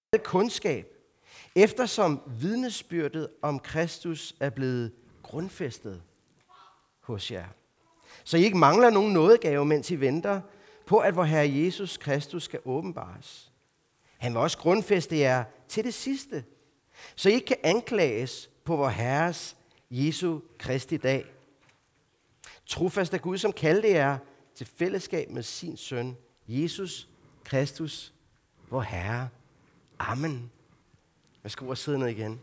kundskab, eftersom vidnesbyrdet om Kristus er blevet grundfæstet hos jer. Så I ikke mangler nogen nådegave, mens I venter på, at vor Herre Jesus Kristus skal åbenbares. Han vil også grundfæste jer til det sidste, så I ikke kan anklages på vor Herres Jesu Kristi dag. Trofast er Gud, som kaldte jer til fællesskab med sin søn, Jesus Kristus, vor Herre. Amen. Værsgo at sidde ned igen.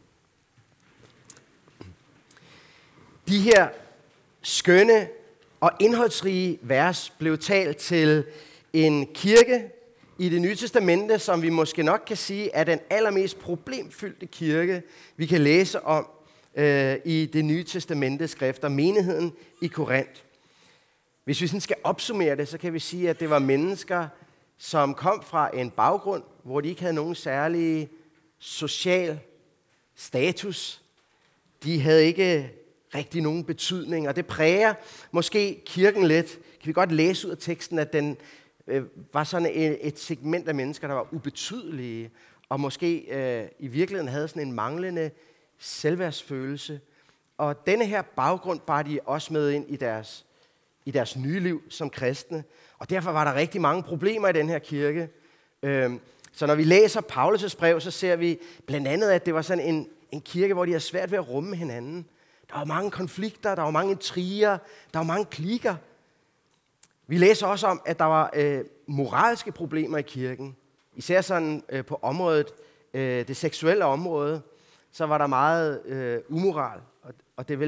De her skønne og indholdsrige vers blev talt til en kirke i Det Nye Testamente, som vi måske nok kan sige er den allermest problemfyldte kirke, vi kan læse om i Det Nye Testamente skrifter, menigheden i Korinth. Hvis vi sådan skal opsummere det, så kan vi sige, at det var mennesker, som kom fra en baggrund, hvor de ikke havde nogen særlig social status. De havde ikke rigtig nogen betydning, og det præger måske kirken lidt. Kan vi godt læse ud af teksten, at den var sådan et segment af mennesker, der var ubetydelige, og måske i virkeligheden havde sådan en manglende selvværdsfølelse. Og denne her baggrund bar de også med ind i deres nye liv som kristne. Og derfor var der rigtig mange problemer i den her kirke. Så når vi læser Paulus' brev, så ser vi blandt andet, at det var sådan en kirke, hvor de havde svært ved at rumme hinanden. Der var mange konflikter, der var mange intriger, der var mange klikker. Vi læser også om, at der var moralske problemer i kirken. Især sådan på området, det seksuelle område, så var der meget umoral. Og det er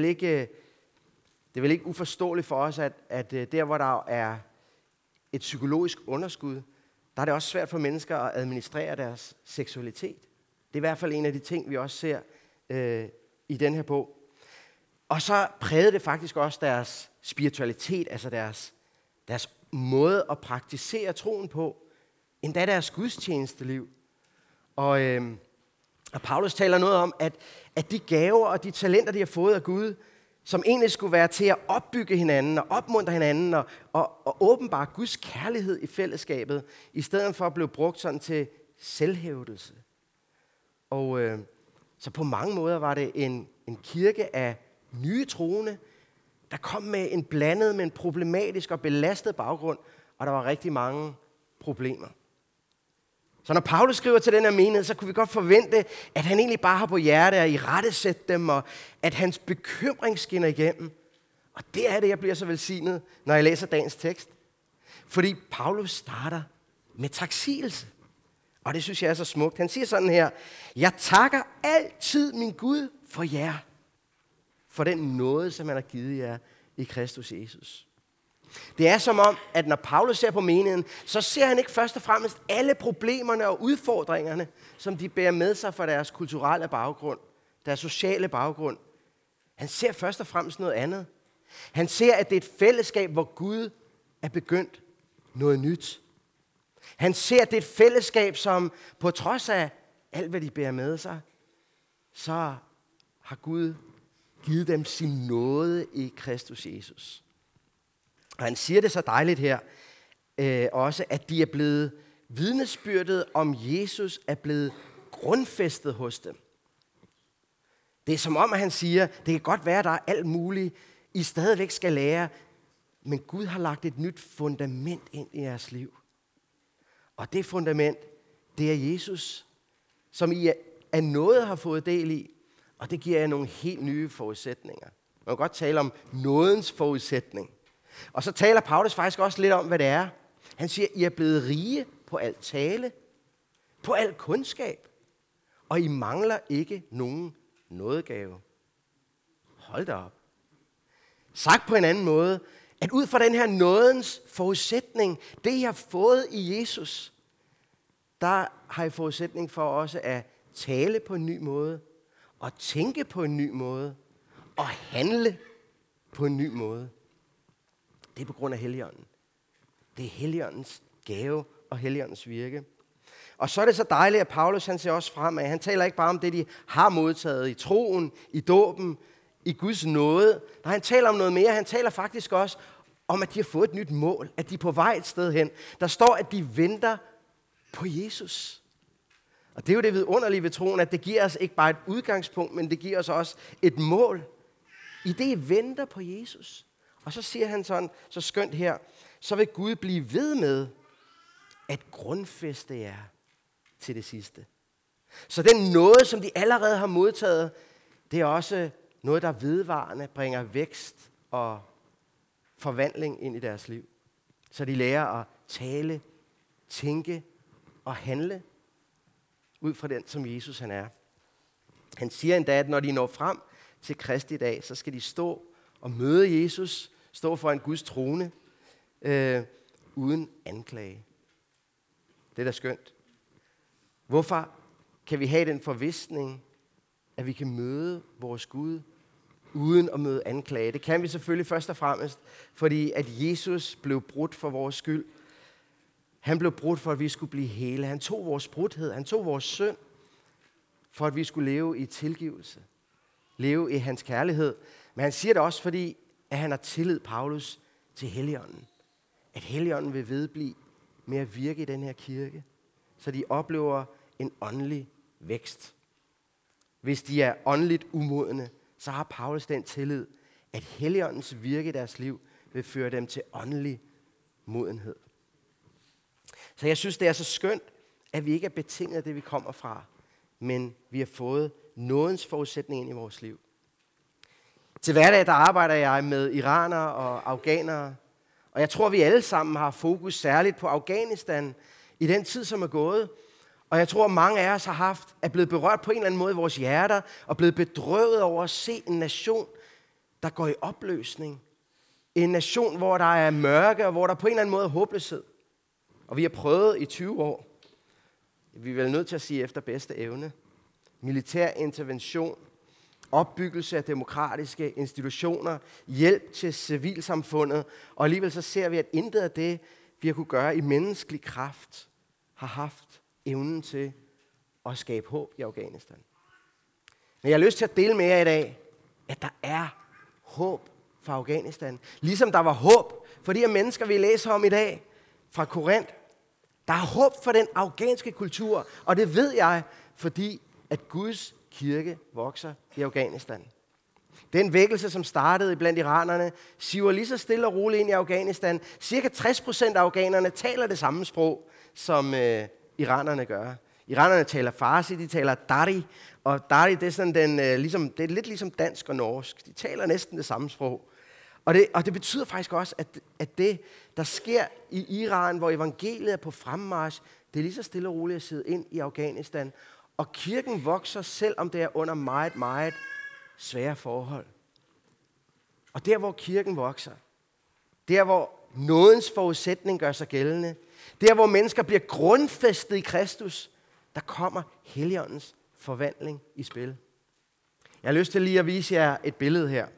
vel ikke uforståeligt for os, at der, hvor der er et psykologisk underskud, der er det også svært for mennesker at administrere deres seksualitet. Det er i hvert fald en af de ting, vi også ser i den her bog. Og så prægede det faktisk også deres spiritualitet, altså deres måde at praktisere troen på, endda deres gudstjenesteliv. Og Paulus taler noget om, at de gaver og de talenter, de har fået af Gud, som egentlig skulle være til at opbygge hinanden og opmuntre hinanden og åbenbare Guds kærlighed i fællesskabet, i stedet for at blive brugt sådan til selvhævdelse. Og så på mange måder var det en kirke af nye troende, der kom med en blandet, men problematisk og belastet baggrund, og der var rigtig mange problemer. Så når Paulus skriver til den her menighed, så kunne vi godt forvente, at han egentlig bare har på hjerte at irettesætte dem, og at hans bekymring skinner igennem. Og det er det, jeg bliver så velsignet, når jeg læser dagens tekst. Fordi Paulus starter med taksigelse. Og det synes jeg er så smukt. Han siger sådan her: jeg takker altid min Gud for jer, for den nåde, som han har givet jer i Kristus Jesus. Det er som om, at når Paulus ser på menigheden, så ser han ikke først og fremmest alle problemerne og udfordringerne, som de bærer med sig fra deres kulturelle baggrund, deres sociale baggrund. Han ser først og fremmest noget andet. Han ser, at det er et fællesskab, hvor Gud er begyndt noget nyt. Han ser, at det er et fællesskab, som på trods af alt, hvad de bærer med sig, så har Gud givet dem sin nåde i Kristus Jesus. Og han siger det så dejligt her, også at de er blevet vidnesbyrdet om Jesus er blevet grundfæstet hos dem. Det er som om, at han siger, det kan godt være, at der er alt muligt, I stadigvæk skal lære, men Gud har lagt et nyt fundament ind i jeres liv. Og det fundament, det er Jesus, som I af nåde har fået del i, og det giver jer nogle helt nye forudsætninger. Man kan godt tale om nådens forudsætning. Og så taler Paulus faktisk også lidt om, hvad det er. Han siger, I er blevet rige på alt tale, på alt kundskab, og I mangler ikke nogen nådegave. Hold da op. Sagt på en anden måde, at ud fra den her nådens forudsætning, det I har fået i Jesus, der har I forudsætning for også at tale på en ny måde, og tænke på en ny måde, og handle på en ny måde. Det er på grund af Helligånden. Det er Helligåndens gave og Helligåndens virke. Og så er det så dejligt, at Paulus han ser også fremad. Han taler ikke bare om det, de har modtaget i troen, i dåben, i Guds nåde. Nej, han taler om noget mere. Han taler faktisk også om, at de har fået et nyt mål. At de er på vej et sted hen. Der står, at de venter på Jesus. Og det er jo det vidunderlige ved troen, at det giver os ikke bare et udgangspunkt, men det giver os også et mål. I det I venter på Jesus. Og så siger han sådan, så skønt her, så vil Gud blive ved med at grundfæste jer til det sidste. Så den nåde, som de allerede har modtaget, det er også noget, der vedvarende bringer vækst og forvandling ind i deres liv. Så de lærer at tale, tænke og handle ud fra den, som Jesus han er. Han siger endda, at når de når frem til Kristi dag, så skal de stå og møde Jesus, stå for en Guds trone, uden anklage. Det er da skønt. Hvorfor kan vi have den forvisning, at vi kan møde vores Gud uden at møde anklage? Det kan vi selvfølgelig først og fremmest, fordi at Jesus blev brudt for vores skyld. Han blev brudt for, at vi skulle blive hele. Han tog vores brudhed, han tog vores synd, for at vi skulle leve i tilgivelse. Leve i hans kærlighed. Men han siger det også, fordi at han har tillid, Paulus, til Helligånden. At Helligånden vil vedblive med at virke i den her kirke, så de oplever en åndelig vækst. Hvis de er åndeligt umodne, så har Paulus den tillid, at Helligåndens virke i deres liv vil føre dem til åndelig modenhed. Så jeg synes, det er så skønt, at vi ikke er betinget af det, vi kommer fra, men vi har fået nådens forudsætning ind i vores liv. Til hverdag, der arbejder jeg med iranere og afghanere, og jeg tror, vi alle sammen har fokus særligt på Afghanistan i den tid, som er gået. Og jeg tror, at mange af os er blevet berørt på en eller anden måde i vores hjerter, og blevet bedrøvet over at se en nation, der går i opløsning. En nation, hvor der er mørke, og hvor der på en eller anden måde er håbløshed. Og vi har prøvet i 20 år, vi er vel nødt til at sige efter bedste evne, militær intervention, opbyggelse af demokratiske institutioner, hjælp til civilsamfundet, og alligevel så ser vi, at intet af det, vi har kunne gøre i menneskelig kraft, har haft evnen til at skabe håb i Afghanistan. Men jeg har lyst til at dele med jer i dag, at der er håb for Afghanistan. Ligesom der var håb for de her mennesker, vi læser om i dag fra Korinth. Der er håb for den afghanske kultur, og det ved jeg, fordi at Guds kirke vokser i Afghanistan. Den vækkelse, som startede blandt iranerne, siver lige så stille og roligt ind i Afghanistan. Cirka 60% af afghanerne taler det samme sprog, som iranerne gør. Iranerne taler farsi, de taler dari, og dari det er, sådan det er lidt ligesom dansk og norsk. De taler næsten det samme sprog. Og det betyder faktisk også, at det, der sker i Iran, hvor evangeliet er på fremmarch, det er lige så stille og roligt at sidde ind i Afghanistan. Og kirken vokser, selvom det er under meget, meget svære forhold. Og der, hvor kirken vokser, der, hvor nådens forudsætning gør sig gældende, der, hvor mennesker bliver grundfæstet i Kristus, der kommer Helligåndens forvandling i spil. Jeg har lyst til lige at vise jer et billede her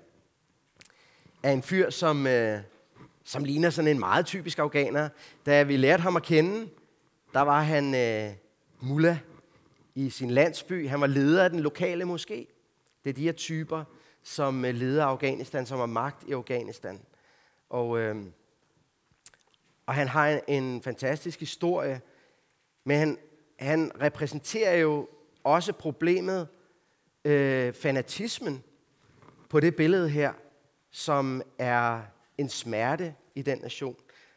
af en fyr, som ligner sådan en meget typisk afghaner. Da vi lærte ham at kende, der var han mullah i sin landsby. Han var leder af den lokale moské. Det er de her typer, som leder Afghanistan, som har magt i Afghanistan. Og han har en fantastisk historie, men han repræsenterer jo også problemet, fanatismen på det billede her, som er en smerte i den nation.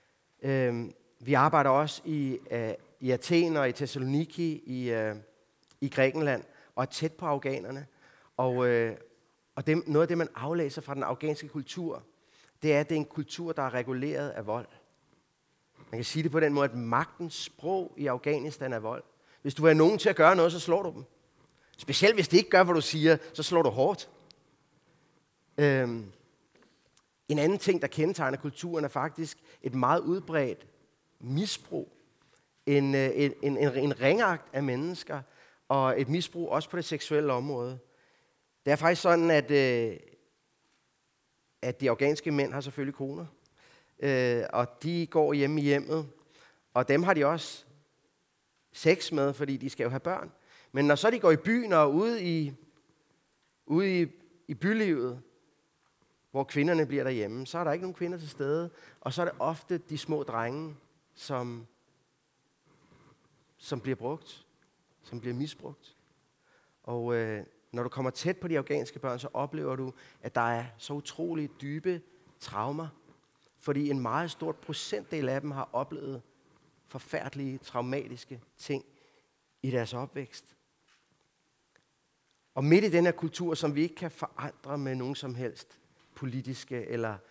Vi arbejder også i Athen og i Thessaloniki i Grækenland, og er tæt på afghanerne. Og noget af det, man aflæser fra den afghanske kultur, det er, at det er en kultur, der er reguleret af vold. Man kan sige det på den måde, at magtens sprog i Afghanistan er vold. Hvis du vil have nogen til at gøre noget, så slår du dem. Specielt hvis de ikke gør, hvad du siger, så slår du hårdt. En anden ting, der kendetegner kulturen, er faktisk et meget udbredt misbrug. En ringagt af mennesker, og et misbrug også på det seksuelle område. Det er faktisk sådan, at de afghanske mænd har selvfølgelig koner. Og de går hjemme i hjemmet, og dem har de også sex med, fordi de skal jo have børn. Men når så de går i byen og ude i bylivet, hvor kvinderne bliver derhjemme, så er der ikke nogen kvinder til stede, og så er det ofte de små drenge, som bliver brugt. som bliver misbrugt. Og når du kommer tæt på de afghanske børn, så oplever du, at der er så utrolig dybe traumer, fordi en meget stort procentdel af dem har oplevet forfærdelige, traumatiske ting i deres opvækst. Og midt i den her kultur, som vi ikke kan forandre med nogen som helst politiske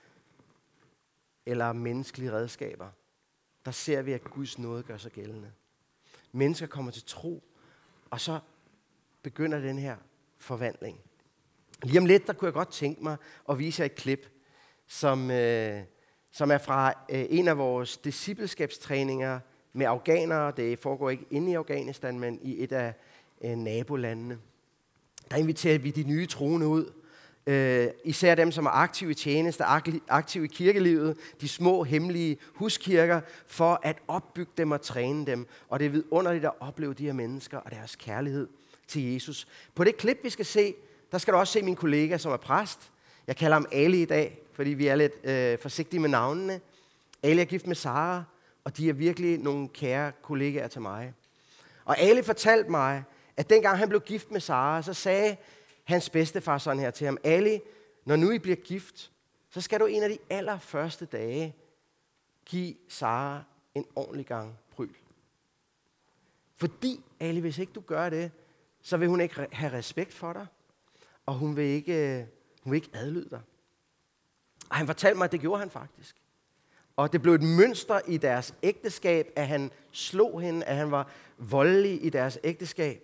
eller menneskelige redskaber, der ser vi, at Guds nåde gør sig gældende. Mennesker kommer til tro, og så begynder den her forvandling. Lige om lidt, der kunne jeg godt tænke mig at vise jer et klip, som er fra en af vores discipleskabstræninger med afghanere. Det foregår ikke inde i Afghanistan, men i et af nabolandene. Der inviterer vi de nye troende ud. Især dem, som er aktive i tjeneste, aktive i kirkelivet, de små, hemmelige huskirker, for at opbygge dem og træne dem. Og det er vidunderligt at opleve de her mennesker og deres kærlighed til Jesus. På det klip, vi skal se, der skal du også se min kollega, som er præst. Jeg kalder ham Ali i dag, fordi vi er lidt forsigtige med navnene. Ali er gift med Sara, og de er virkelig nogle kære kollegaer til mig. Og Ali fortalte mig, at dengang han blev gift med Sara, så sagde hans bedstefar sådan her til ham: Ali, når nu I bliver gift, så skal du en af de allerførste dage give Sara en ordentlig gang pryl. Fordi, Ali, hvis ikke du gør det, så vil hun ikke have respekt for dig, og hun vil ikke adlyde dig. Og han fortalte mig, at det gjorde han faktisk. Og det blev et mønster i deres ægteskab, at han slog hende, at han var voldelig i deres ægteskab.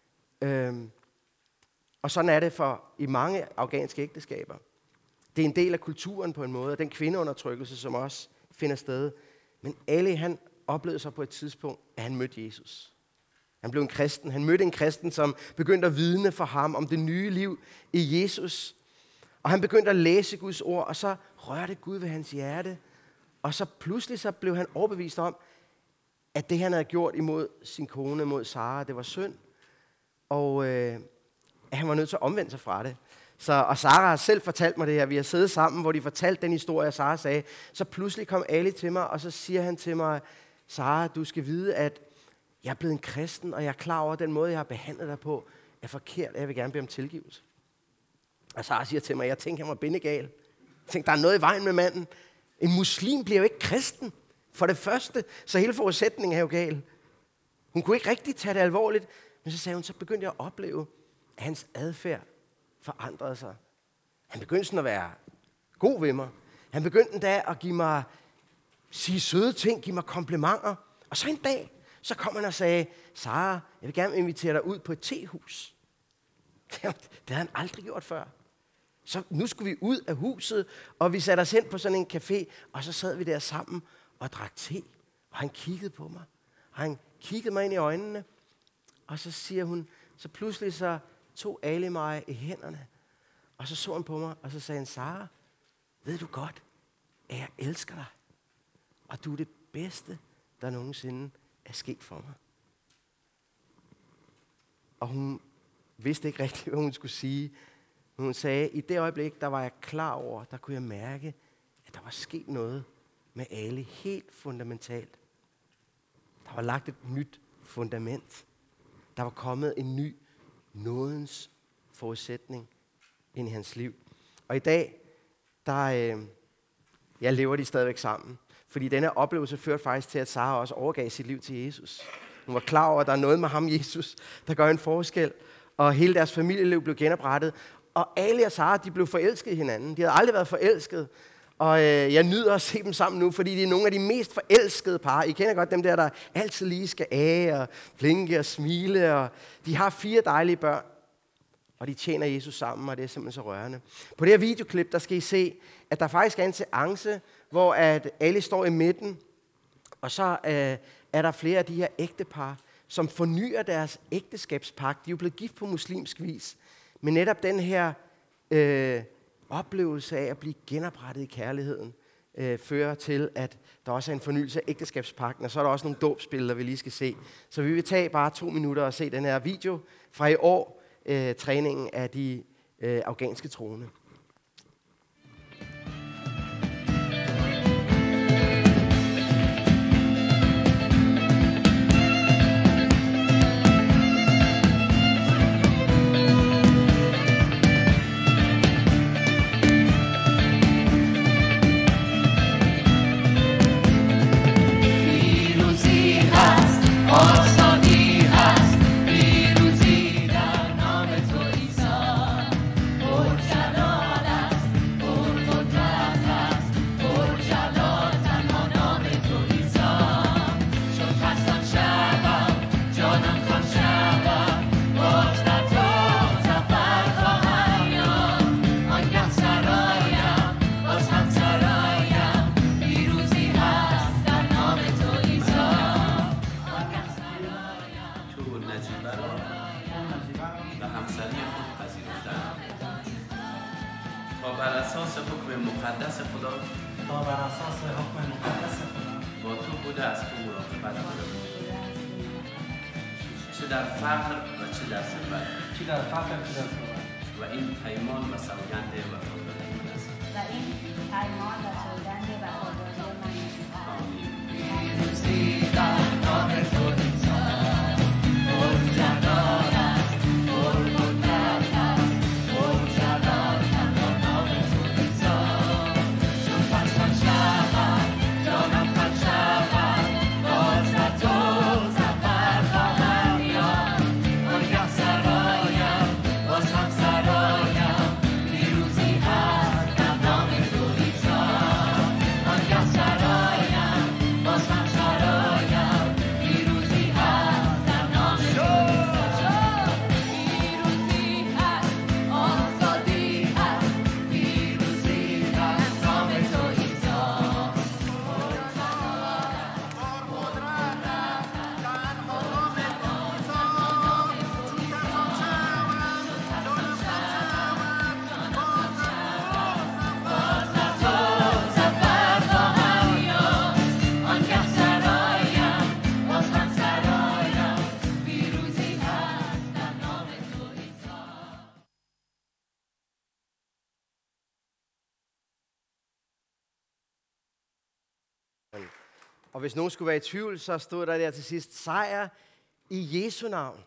Og sådan er det i mange afghanske ægteskaber. Det er en del af kulturen på en måde, og den kvindeundertrykkelse, som også finder sted. Men Ali, han oplevede sig på et tidspunkt, at han mødte Jesus. Han blev en kristen. Han mødte en kristen, som begyndte at vidne for ham om det nye liv i Jesus. Og han begyndte at læse Guds ord, og så rørte Gud ved hans hjerte. Og så pludselig så blev han overbevist om, at det han havde gjort imod sin kone, mod Sara, det var synd. Og at han var nødt til at omvende sig fra det. Og Sara har selv fortalt mig det her. Vi har siddet sammen, hvor de fortalte den historie, Sara sagde. Så pludselig kom Ali til mig, og så siger han til mig: Sara, du skal vide, at jeg er blevet en kristen, og jeg er klar over, at den måde, jeg har behandlet dig på, er forkert, og jeg vil gerne bede om tilgivelse. Og Sara siger til mig: jeg tænkte, han var bindegal. Jeg tænkte, der er noget i vejen med manden. En muslim bliver jo ikke kristen, for det første, så hele forudsætningen er jo gal. Hun kunne ikke rigtig tage det alvorligt, men så sagde hun, så begyndte jeg at opleve, at hans adfærd forandrede sig. Han begyndte sådan at være god ved mig. Han begyndte endda at sige søde ting, give mig komplimenter. Og så en dag, så kom han og sagde: Sara, jeg vil gerne invitere dig ud på et tehus. Det havde han aldrig gjort før. Så nu skulle vi ud af huset, og vi satte os hen på sådan en café, og så sad vi der sammen og drak te. Og han kiggede på mig, og han kiggede mig ind i øjnene, og så siger hun, så pludselig så tog Ali mig i hænderne, og så så han på mig, og så sagde han: Sara, ved du godt, at jeg elsker dig, og du er det bedste, der nogensinde er sket for mig. Og hun vidste ikke rigtigt, hvad hun skulle sige. Men hun sagde, i det øjeblik, der var jeg klar over, der kunne jeg mærke, at der var sket noget med Ali helt fundamentalt. Der var lagt et nyt fundament. Der var kommet en ny nådens forudsætning ind i hans liv. Og i dag, jeg lever de stadigvæk sammen. Fordi denne oplevelse førte faktisk til, at Sara også overgav sit liv til Jesus. Hun var klar over, at der er noget med ham, Jesus, der gør en forskel. Og hele deres familieliv blev genoprettet. Og Ali og Sara, de blev forelsket i hinanden. De havde aldrig været forelsket. Og jeg nyder at se dem sammen nu, fordi de er nogle af de mest forelskede par. I kender godt dem der altid lige skal af og blinke og smile. Og de har 4 dejlige børn. Og de tjener Jesus sammen, og det er simpelthen så rørende. På det her videoklip, der skal I se, at der faktisk er en seance, hvor at Ali står i midten. Og så er der flere af de her ægtepar, som fornyer deres ægteskabspagt. De er jo blevet gift på muslimsk vis. Men netop den her oplevelse af at blive genoprettet i kærligheden, fører til, at der også er en fornyelse af ægteskabspagten, og så er der også nogle dåbsbilleder, vi lige skal se. Så vi vil tage bare 2 minutter og se den her video fra i år, træningen af de afghanske troende. خدا را و همسری خود پذیرفتند تا بر اساس حکم مقدس خدا با تو بوده از تو مراقبت کنم، چه در فقر و چه در ثروت، و این پیمان و سوگند وفاداری من است. Og hvis nogen skulle være i tvivl, så stod der til sidst, sejr i Jesu navn.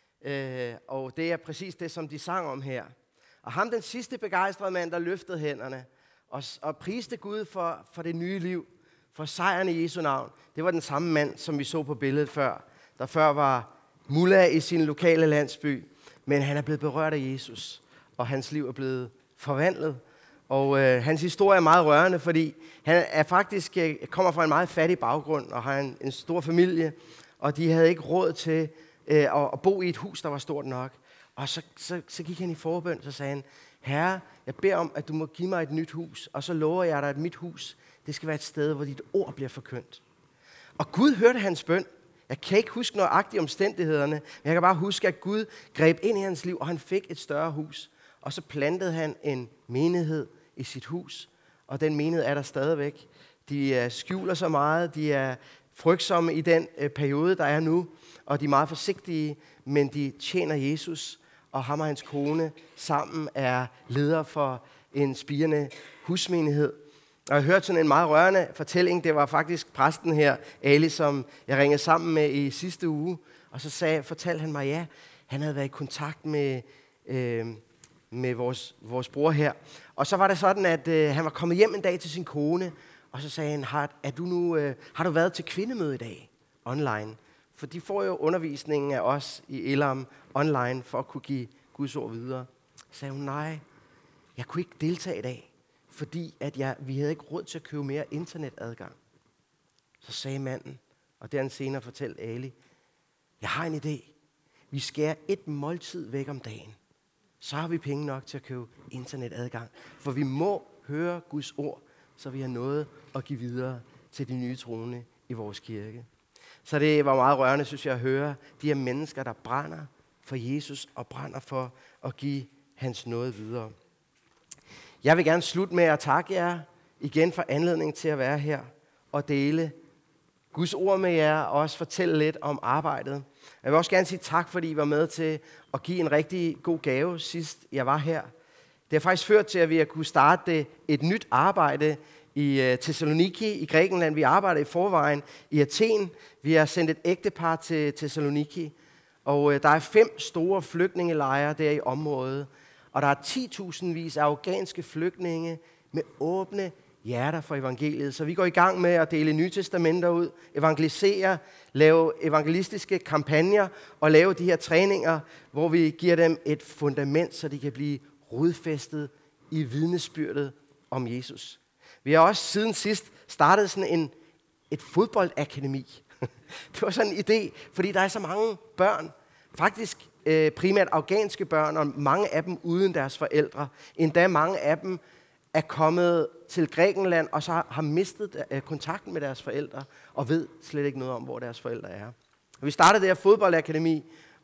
Og det er præcis det, som de sang om her. Og ham, den sidste begejstrede mand, der løftede hænderne og priste Gud for det nye liv, for sejren i Jesu navn, det var den samme mand, som vi så på billedet før, der før var mullah i sin lokale landsby, men han er blevet berørt af Jesus, og hans liv er blevet forvandlet. Og hans historie er meget rørende, fordi han er faktisk kommer fra en meget fattig baggrund og har en stor familie, og de havde ikke råd til at bo i et hus, der var stort nok. Og så gik han i forbøn, så sagde han, Herre, jeg beder om, at du må give mig et nyt hus, og så lover jeg dig, at mit hus, det skal være et sted, hvor dit ord bliver forkyndt. Og Gud hørte hans bøn. Jeg kan ikke huske nøjagtigt omstændighederne, men jeg kan bare huske, at Gud greb ind i hans liv, og han fik et større hus. Og så plantede han en menighed i sit hus, og den menighed er der stadigvæk. De skjuler så meget, de er frygtsomme i den periode, der er nu, og de er meget forsigtige, men de tjener Jesus, og ham og hans kone sammen er ledere for en spirende husmenighed. Og jeg hørte sådan en meget rørende fortælling, det var faktisk præsten her, Ali, som jeg ringede sammen med i sidste uge, og så fortalte han mig, ja, han havde været i kontakt med vores bror her. Og så var det sådan, at han var kommet hjem en dag til sin kone, og så sagde han, har du været til kvindemøde i dag online? For de får jo undervisningen af os i Elam online for at kunne give Guds ord videre. Så sagde hun, nej, jeg kunne ikke deltage i dag, fordi vi havde ikke råd til at købe mere internetadgang. Så sagde manden, og det han senere fortalte Ali, jeg har en idé. Vi skærer et måltid væk om dagen. Så har vi penge nok til at købe internetadgang. For vi må høre Guds ord, så vi har noget at give videre til de nye troende i vores kirke. Så det var meget rørende, synes jeg, at høre de her mennesker, der brænder for Jesus og brænder for at give hans nåde videre. Jeg vil gerne slutte med at takke jer igen for anledningen til at være her og dele Guds ord med jer og også fortælle lidt om arbejdet. Jeg vil også gerne sige tak, fordi I var med til at give en rigtig god gave sidst jeg var her. Det har faktisk ført til, at vi har kunne starte et nyt arbejde i Thessaloniki i Grækenland. Vi arbejder i forvejen i Athen. Vi har sendt et ægtepar til Thessaloniki. Og der er 5 store flygtningelejre der i området. Og der er 10.000 vis af afghanske flygtninge med åbne hjerter for evangeliet. Så vi går i gang med at dele Nye Testamenter ud, evangelisere, lave evangelistiske kampagner og lave de her træninger, hvor vi giver dem et fundament, så de kan blive rodfæstet i vidnesbyrdet om Jesus. Vi har også siden sidst startet sådan et fodboldakademi. Det var sådan en idé, fordi der er så mange børn, faktisk primært afghanske børn, og mange af dem uden deres forældre. Endda mange af dem er kommet til Grækenland, og så har mistet kontakten med deres forældre, og ved slet ikke noget om, hvor deres forældre er. Vi startede det her fodboldakademi,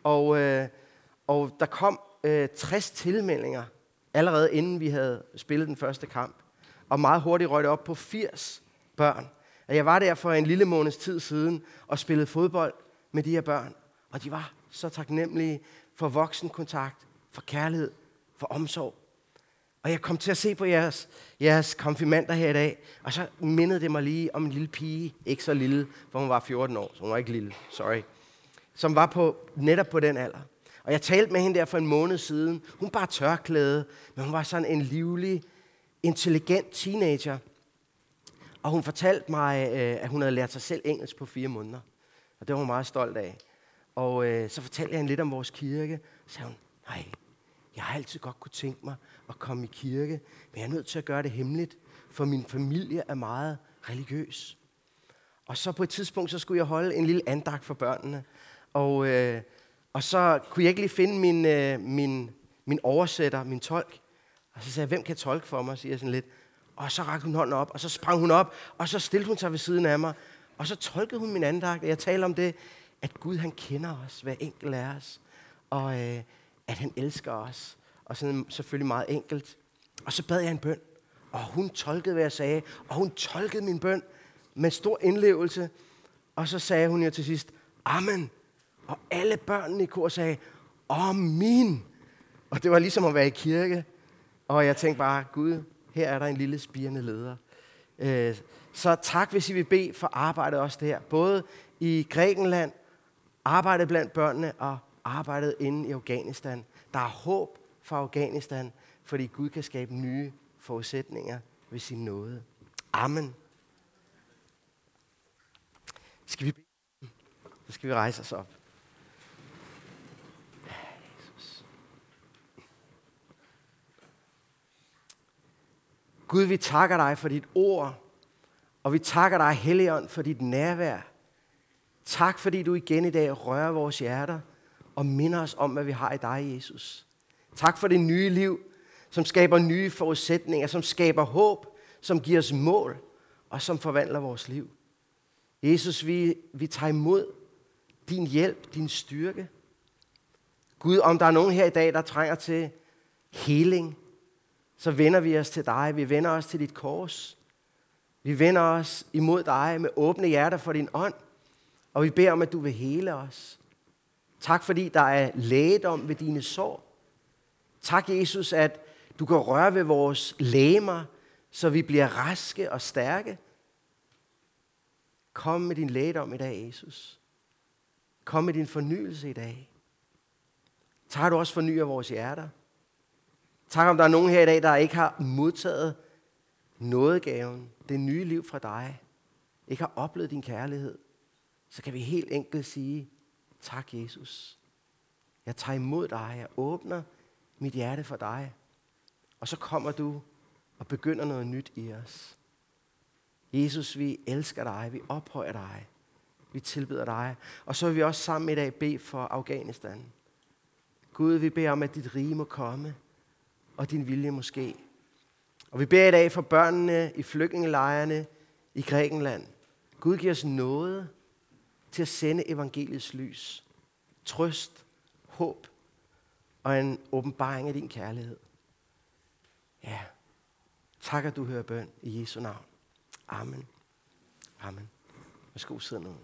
Og der kom 60 tilmeldinger, allerede inden vi havde spillet den første kamp. Og meget hurtigt røg det op på 80 børn. Og jeg var der for en lille måneds tid siden og spillede fodbold med de her børn. Og de var så taknemmelige for voksenkontakt, for kærlighed, for omsorg. Og jeg kom til at se på jeres konfirmander her i dag, og så mindede det mig lige om en lille pige, ikke så lille, for hun var 14 år, så hun var ikke lille, sorry, som var netop på den alder. Og jeg talte med hende der for en måned siden. Hun bare tørklæde, men hun var sådan en livlig, intelligent teenager. Og hun fortalte mig, at hun havde lært sig selv engelsk på 4 måneder. Og det var hun meget stolt af. Og så fortalte jeg hende lidt om vores kirke. Så sagde hun, nej, jeg har altid godt kunne tænke mig at komme i kirke, men jeg er nødt til at gøre det hemmeligt, for min familie er meget religiøs. Og så på et tidspunkt, så skulle jeg holde en lille andagt for børnene. Og så kunne jeg ikke lige finde min oversætter, min tolk. Og så sagde jeg, hvem kan tolke for mig, siger jeg sådan lidt. Og så rakte hun hånden op, og så sprang hun op, og så stillede hun sig ved siden af mig. Og så tolkede hun min andagt, og jeg talte om det, at Gud han kender os, hver enkelt af os. Og at han elsker os. Og sådan selvfølgelig meget enkelt. Og så bad jeg en bøn, og hun tolkede, hvad jeg sagde. Og hun tolkede min bøn med stor indlevelse. Og så sagde hun jo til sidst, amen. Og alle børnene i kor sagde, amen. Og det var ligesom at være i kirke. Og jeg tænkte bare, Gud, her er der en lille spirende leder. Så tak, hvis I vil bede for arbejdet også der. Både i Grækenland, arbejdet blandt børnene og arbejdet inde i Afghanistan. Der er håb for Afghanistan, fordi Gud kan skabe nye forudsætninger ved sin nåde. Amen. Skal vi bede? Så skal vi rejse os op. Jesus. Gud, vi takker dig for dit ord, og vi takker dig, Helligånd, for dit nærvær. Tak, fordi du igen i dag rører vores hjerter og minder os om, hvad vi har i dig, Jesus. Tak for det nye liv, som skaber nye forudsætninger, som skaber håb, som giver os mål og som forvandler vores liv. Jesus, vi tager imod din hjælp, din styrke. Gud, om der er nogen her i dag, der trænger til heling, så vender vi os til dig. Vi vender os til dit kors. Vi vender os imod dig med åbne hjerter for din ånd. Og vi beder om, at du vil hele os. Tak, fordi der er lægedom ved dine sår. Tak, Jesus, at du kan røre ved vores legemer, så vi bliver raske og stærke. Kom med din lægedom i dag, Jesus. Kom med din fornyelse i dag. Tak, du også fornyer vores hjerter. Tak, om der er nogen her i dag, der ikke har modtaget nådegaven, det nye liv fra dig, ikke har oplevet din kærlighed, så kan vi helt enkelt sige, tak Jesus. Jeg tager imod dig, jeg åbner mit hjerte for dig, og så kommer du og begynder noget nyt i os. Jesus, vi elsker dig, vi ophøjer dig, vi tilbeder dig, og så vil vi også sammen i dag bede for Afghanistan. Gud, vi beder om, at dit rige må komme, og din vilje må ske. Og vi beder i dag for børnene i flygtningelejrene i Grækenland. Gud giver os nåde til at sende evangeliets lys, trøst, håb og en åbenbaring af din kærlighed. Ja, tak at du hører bøn i Jesu navn. Amen. Amen. Værsgo, sidde ned.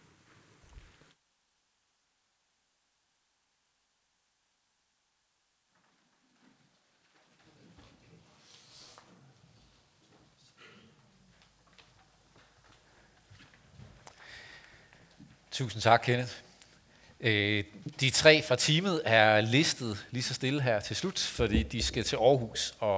Tusind tak, Kenneth. De 3 fra teamet er listet lige så stille her til slut, fordi de skal til Aarhus og